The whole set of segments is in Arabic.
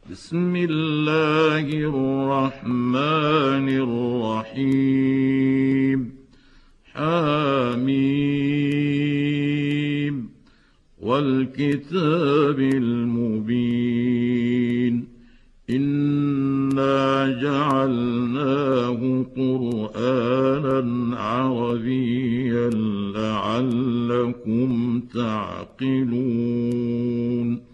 بسم الله الرحمن الرحيم حميم والكتاب المبين إنا جعلناه قرآنا عربيا لعلكم تعقلون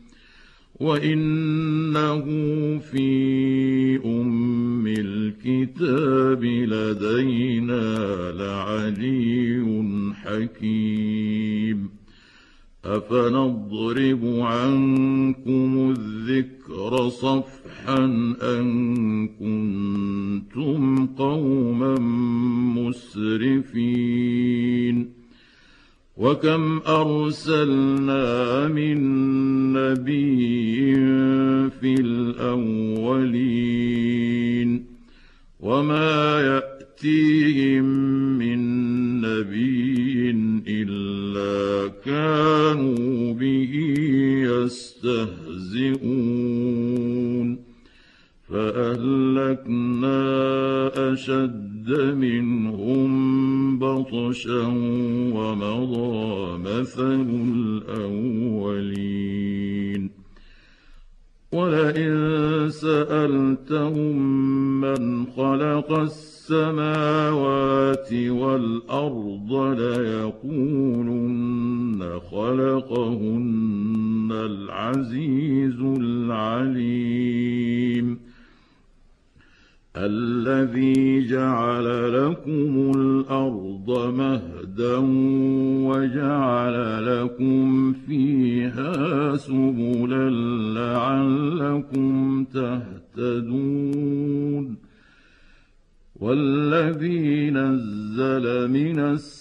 وإنه في أم الكتاب لدينا لعلي حكيم أفنضرب عنكم الذكر صفحا أن كنتم قوما مسرفين وكم أرسلنا من نبي في الأولين وما يأتيهم من نبي إلا كانوا به يستهزئون فأهلكنا أشد منهم بطشا ومضى مثل الأولين ولئن سألتهم من خلق السماوات والأرض ليقولن خلقهن العزيز العليم الذي جعل لكم الأرض مهدا وجعل لكم فيها سبلا لعلكم تهتدون والذي نزل من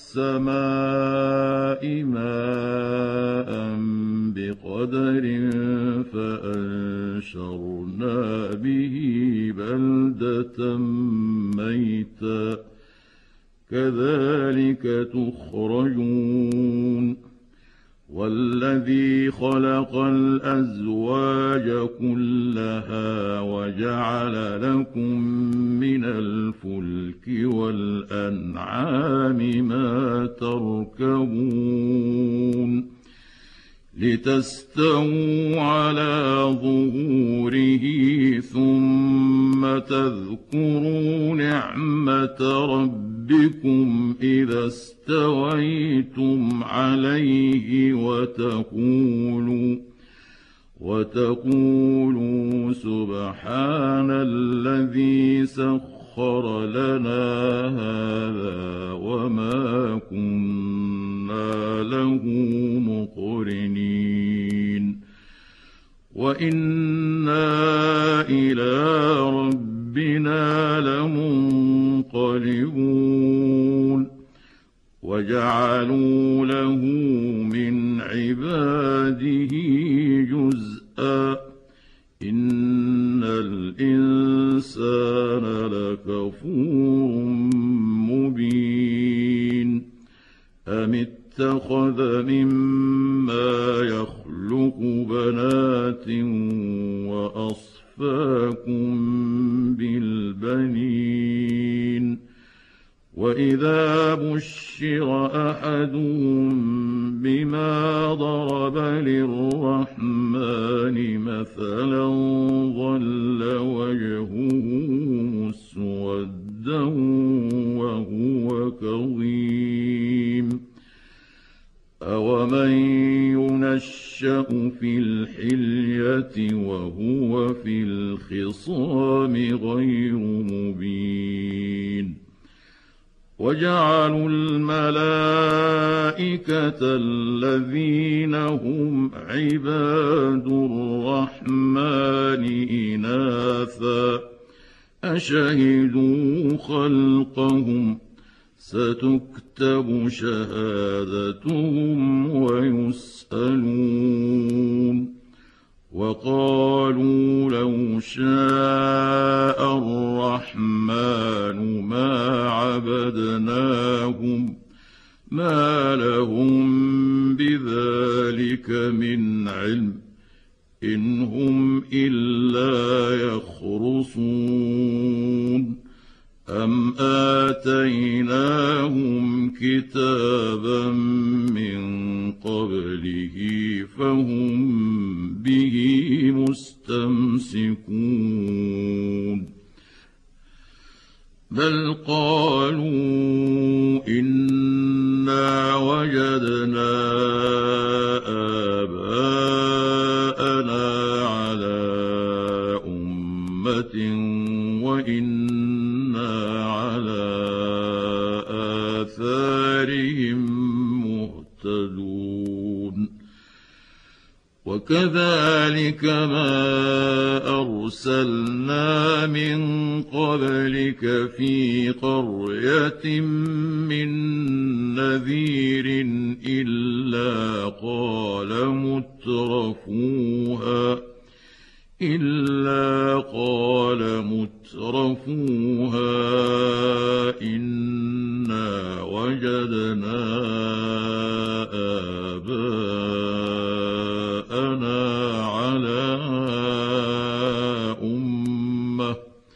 السماء ماء بقدر فأنشرنا به بلدة ميتا كذلك تخرجون والذي خلق الأزواج كلها وجعل لكم من الفلك والأنعام ما تركبون لتستووا على ظهوره ثم تذكروا نعمة ربكم إذا استويتم عليه وتقولوا سبحان الذي سخر لنا هذا وما كنا له مقرنين وإنا إلى ربنا لمنقلبون وجعلوا له من عباده جزءا إن الإنسان لكفور مبين أم اتخذ مما يخلق بنات وأصفاكم بالبنين وإذا بشر أحدهم بما ضرب للرحمن مثلا ظل وجهه مسودا وهو كظيم أومن ينشأ في الحلية وهو في الخصام غير مبين وجعلوا الملائكة الذين هم عباد الرحمن إناثا أشهدوا خلقهم ستكتب شهادتهم ويسألون وقالوا لو شاء الرحمن ما عبدناهم ما لهم بذلك من علم إن هم إلا يخرصون أم آتيناهم كتابا من قبله فهم به مستمسكون بل قالوا إنا وجدنا آباءنا على أمة وإنا على آثارهم مهتدون وكذلك ما أرسلنا من قبلك في قرية من نذير إلا قال مترفوها إنا وجدنا آباءنا على أمة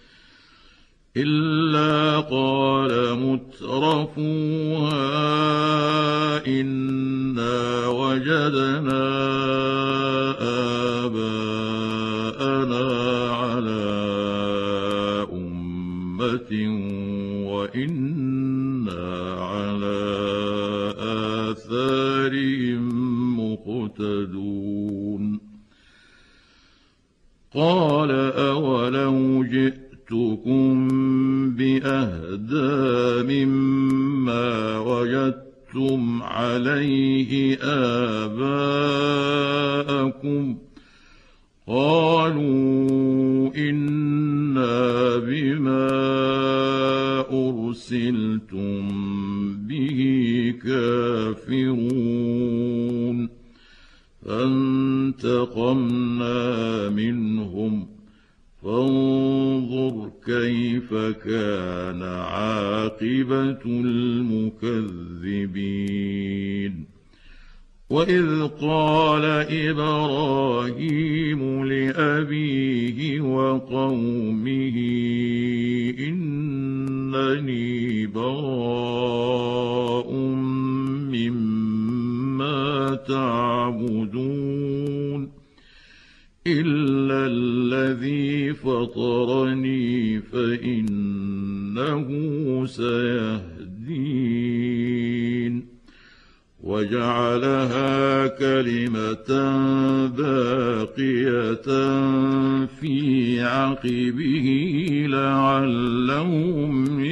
وإنا على آثارهم مقتدون قال أولو جئتكم بأهدى مما وجدتم عليه آباءكم قالوا إنا بما أرسلتم به كافرون فانتقمنا منهم فانظر كيف كان عاقبة المكذبين وإذ قال إبراهيم لأبيه وقومه إنني براء مما تعبدون إلا الذي فطرني فإنه سيهدين وجعلها كلمة باقية في عقبه لعلهم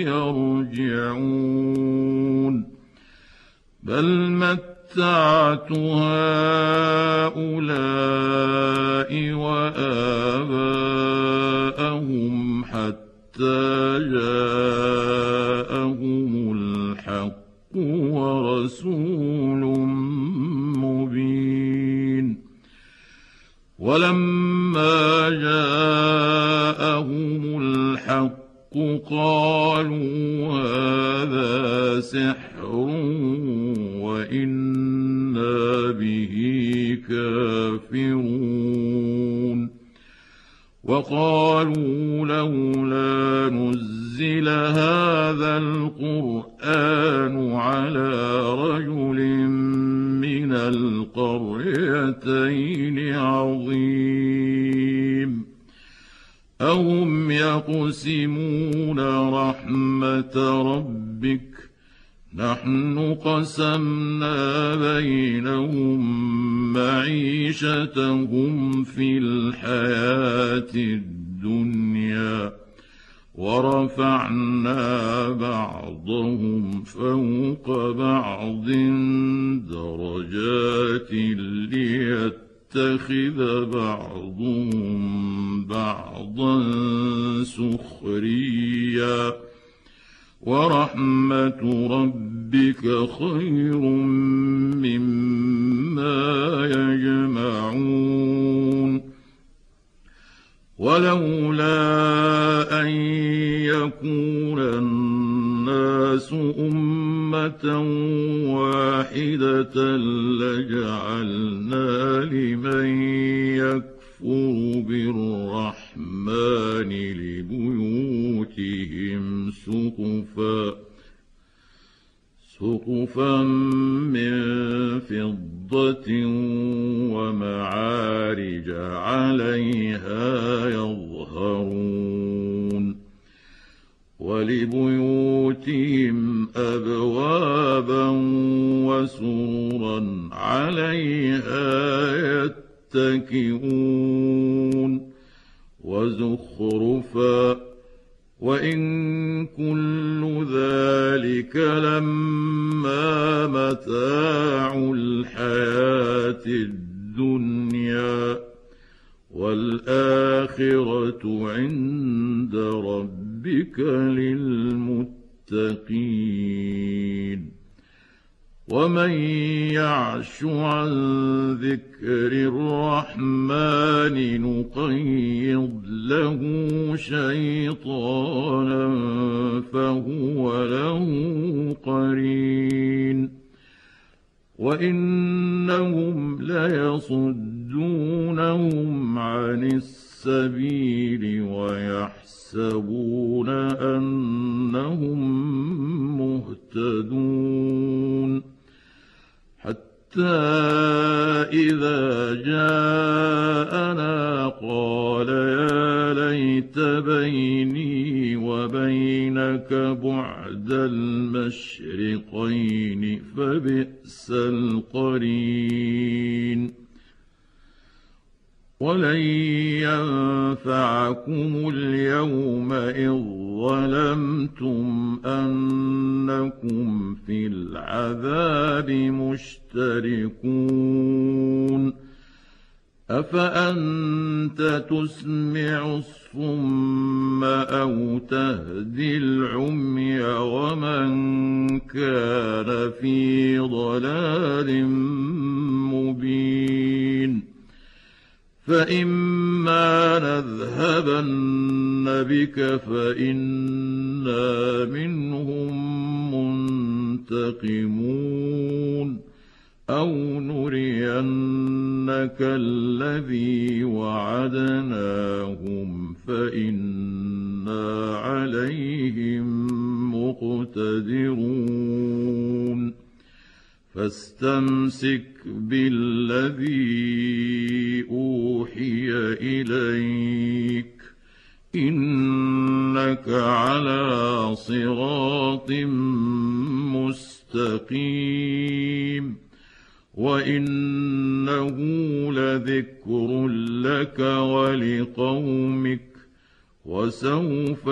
يرجعون بل متعت هؤلاء وآباءهم حتى جاءهم الحق ورسول مبين ولما جاءهم الحق قالوا هذا سحر وإنا به كافرون وقالوا لولا نزل هذا القرآن على رجل من القريتين عظيم أهم يقسمون رحمة ربك نحن قسمنا بينهم معيشتهم في الحياة الدنيا ورفعنا بعضهم فوق بعض درجات ليتخذ بعضهم بعضا سخريا ورحمة ربك خير مما يجمعون ولولا أن يكون الناس أمة واحدة لجعلنا لمن يكفر يكفر بالرحمن لبيوتهم سقفا من فضة ومعارج عليها يظهرون ولبيوتهم أبوابا وسررا عليها يتكئون وزخرفا وإن كل ذلك لما متاع الحياة الدنيا والآخرة عند ربك للمتقين ومن يعش عن ذكر الرحمن نقيض له شيطانا فهو له قرين وإنهم ليصدونهم عن السبيل ويحسبون أنهم مهتدون حتى إذا جاءنا قال يا ليت بيني وبينك بعد المشرقين فبئس القرين ولن ينفعكم اليوم إذ ظلمتم أنكم في العذاب مشتركون أفأنت تسمع الصم أو تهدي العمي ومن كان في ضلال مبين فإما نذهبن بك فإنا منهم منتقمون أو نرينك الذي وعدناهم فإنا عليهم مقتدرون فاستمسك بالذي أوحي إليك إنك على صراط مستقيم وإنه لذكر لك ولقومك وسوف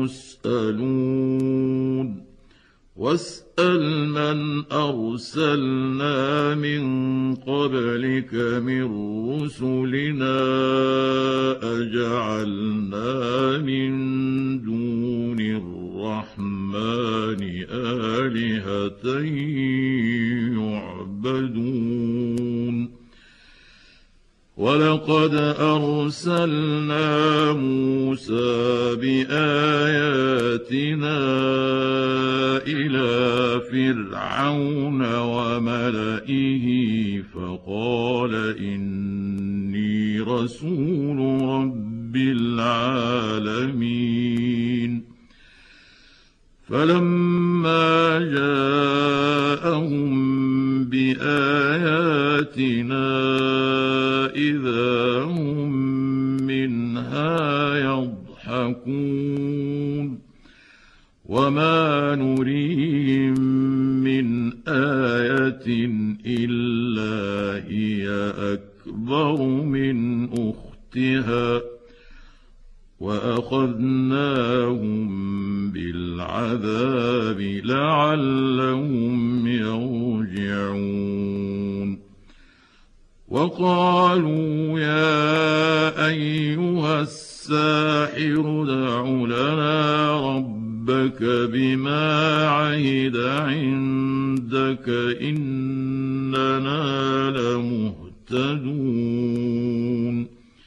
تسألون واسأل من أرسلنا من قبلك من رسلنا أجعلنا من دون الرحمن آلهة يعبدون ولقد أرسلنا موسى بآياتنا إلى فرعون وملئه فقال إني رسول رب العالمين فلما جاءهم بآياتنا إذا هم منها يضحكون وما نريهم من آية إلا هي أكبر من أختها وأخذناهم بالعذاب لعلهم يرجعون وقالوا يا أيها الساحر ادع لنا ربك بما عهد عندك إننا لمهتدون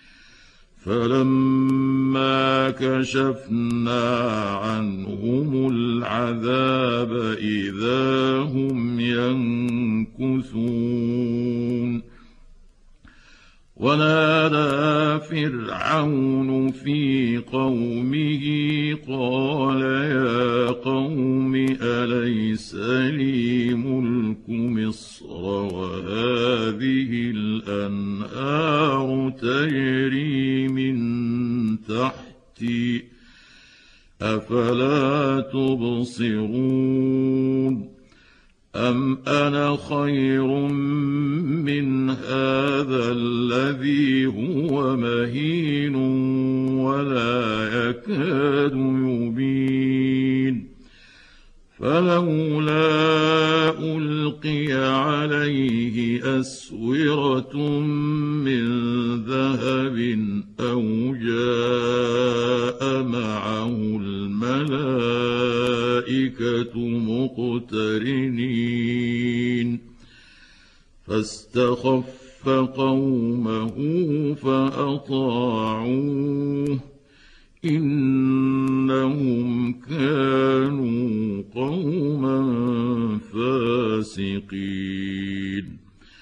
فلما كشفنا عنهم العذاب إذا هم ينكثون ونادى فرعون في قومه قال يا قوم أليس لي ملك مصر وهذه الأنهار تجري من تحتي أفلا تبصرون أم أنا خير من هذا الذي هو مهين ولا يكاد يبين فلولا ألقي عليه أسورة من ذهب أو جاء معه الملائكة مقترنين فاستخف قومه فأطاعوه إنهم كانوا قوما فاسقين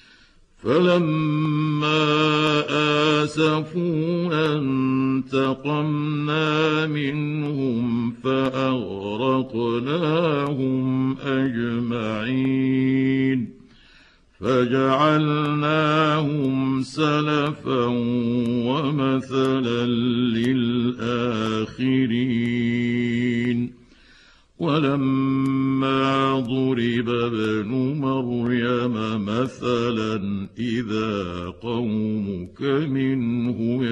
فلما آسفونا انتقمنا منهم فأغرقناهم أجمعين فجعلناهم سلفا ومثلا للآخرين ولما ضرب ابن مريم مثلا إذا قومك منه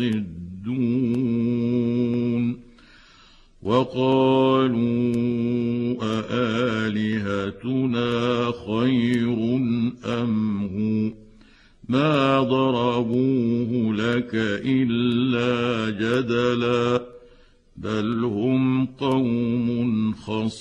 يصدون وقالوا أآلهتنا خير أم هو ما ضربوه لك إلا جدلا بل هم قوم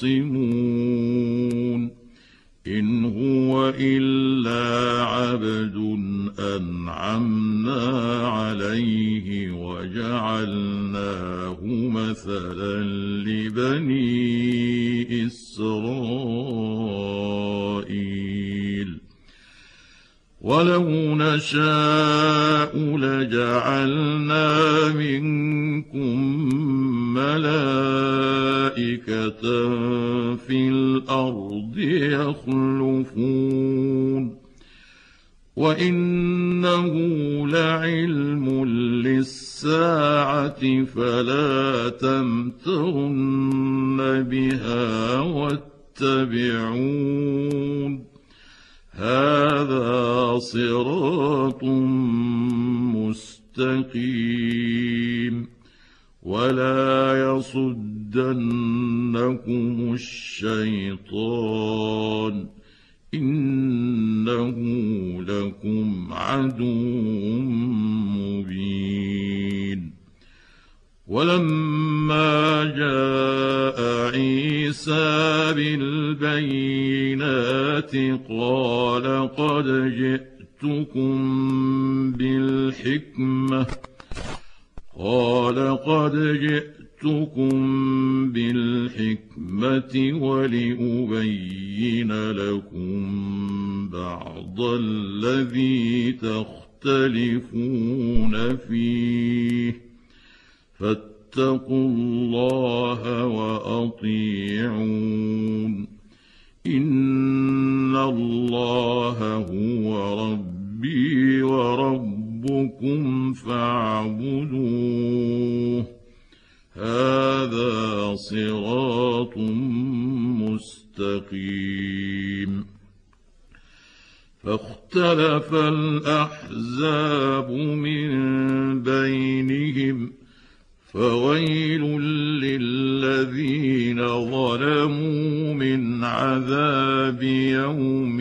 خصمون إن هو إلا عبد أنعمنا عليه وجعلناه مثلا لبني إسرائيل ولو نشاء لجعلنا منكم ملائكة في الأرض يخلفون وإنه لعلم للساعة فلا تمترن بها واتبعون هذا صراط مستقيم ولا يصدنكم الشيطان إنه لكم عدو مبين ولما جاء عيسى بالبينات قال قد جئتكم بالحكمة ولأبين لكم بعض الذي تختلفون فيه فاتقوا الله وأطيعون إن الله هو ربي وربكم فاعبدوه هذا صراط مستقيم فاختلف الأحزاب من بينهم فويل للذين ظلموا من عذاب يوم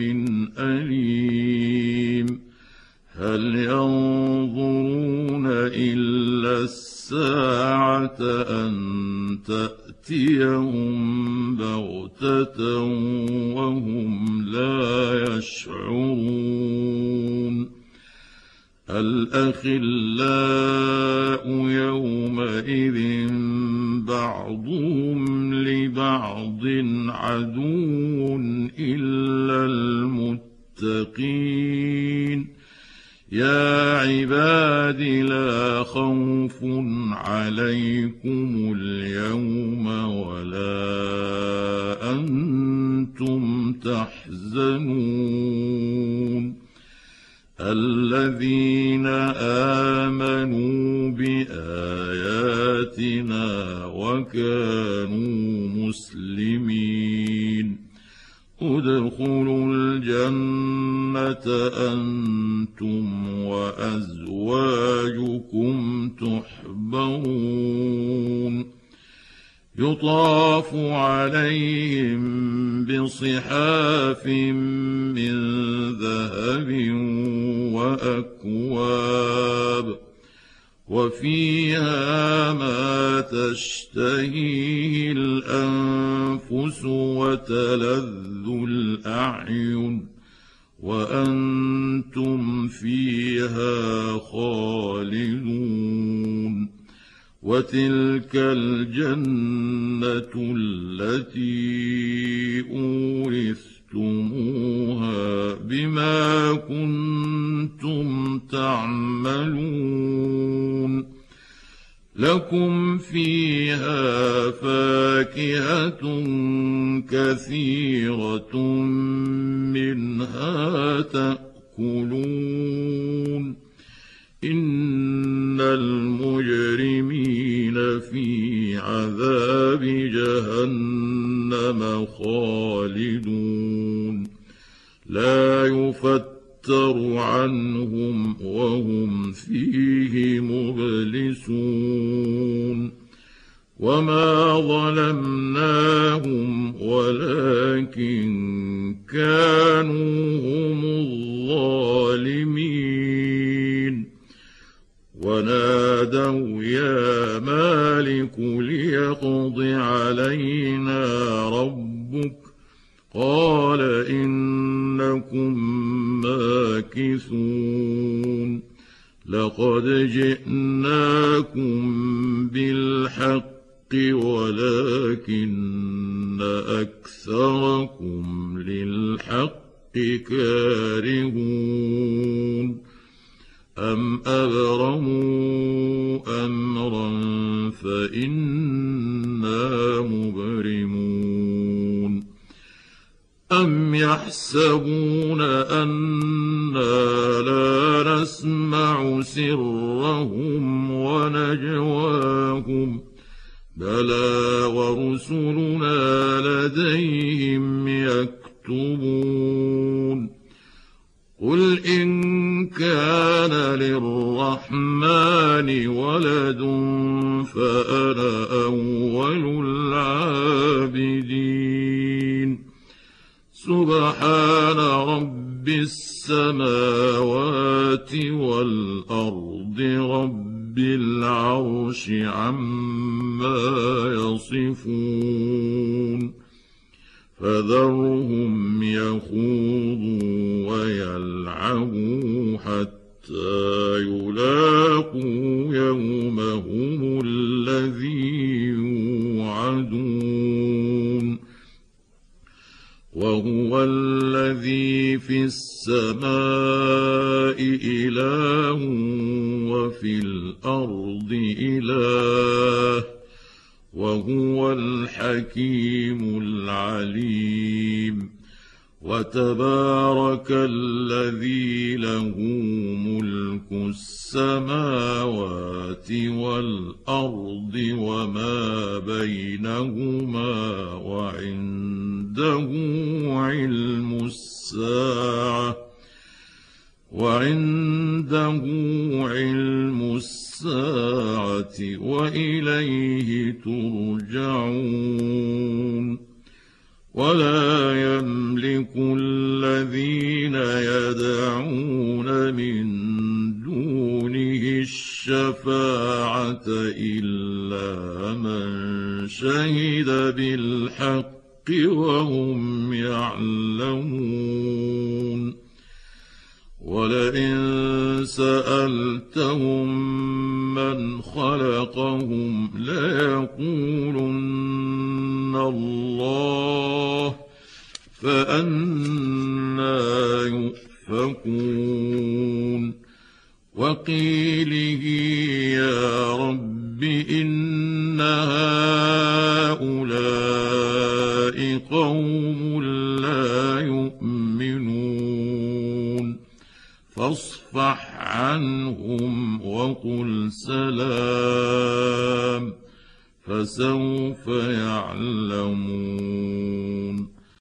أليم هل ينظرون إلا الساعة أن تأتيهم بغتة وهم لا يشعرون الأخلاء يومئذ بعضهم لبعض عدو إلا المتقين يا عباد لا خوف عليكم اليوم ولا أنتم تحزنون الذين آمنوا بآياتنا وكانوا مسلمين ادخلوا الجنة أنتم وأزواجكم تحبرون يطاف عليهم بصحاف من ذهب وأكواب وفيها ما تشتهيه الأنفس وتلذ الأعين وأنتم فيها خالدون وتلك الجنة التي أورثتموها بما كنتم تعملون لكم فيها فاكهة كثيرة منها تأكلون إن المجرمين في عذاب جهنم خالدون لا يفتر عنهم وهم فيه مبلسون وما ظلمناهم ولكن كانوا هم الظالمين ونادوا يا مالك ليقض علينا ربك قال إنكم ماكثون لقد جئناكم بالحق ولكن أكثركم للحق كارهون أم أبرموا أمرا فإنا مبرمون أم يحسبون أنا لا نسمع سرهم ونجواهم بلى ورسلنا لديهم يكتبون قل إن كان للرحمن ولد فأنا أول العابدين سبحان رب السماوات والأرض رب العرش عما يصفون فذرهم يخوضوا ويلعبوا حتى يلاقوا يومهم الذي يوعدون وهو الذي في السماء إله وفي الأرض إله وهو الحكيم العليم وتبارك الذي له ملك السماوات والأرض وما بينهما وعنده علم الساعة وإليه ترجعون ولا يملك الذين يدعون من دونه الشفاعة إلا من شهد بالحق وهم يعلمون ولئن سألتهم من خلقهم ليقولن الله فأنى يؤفكون وقيله يا رب إن هؤلاء قوم لا يؤمنون فاصفح عنهم وقل سلام فسوف يعلمون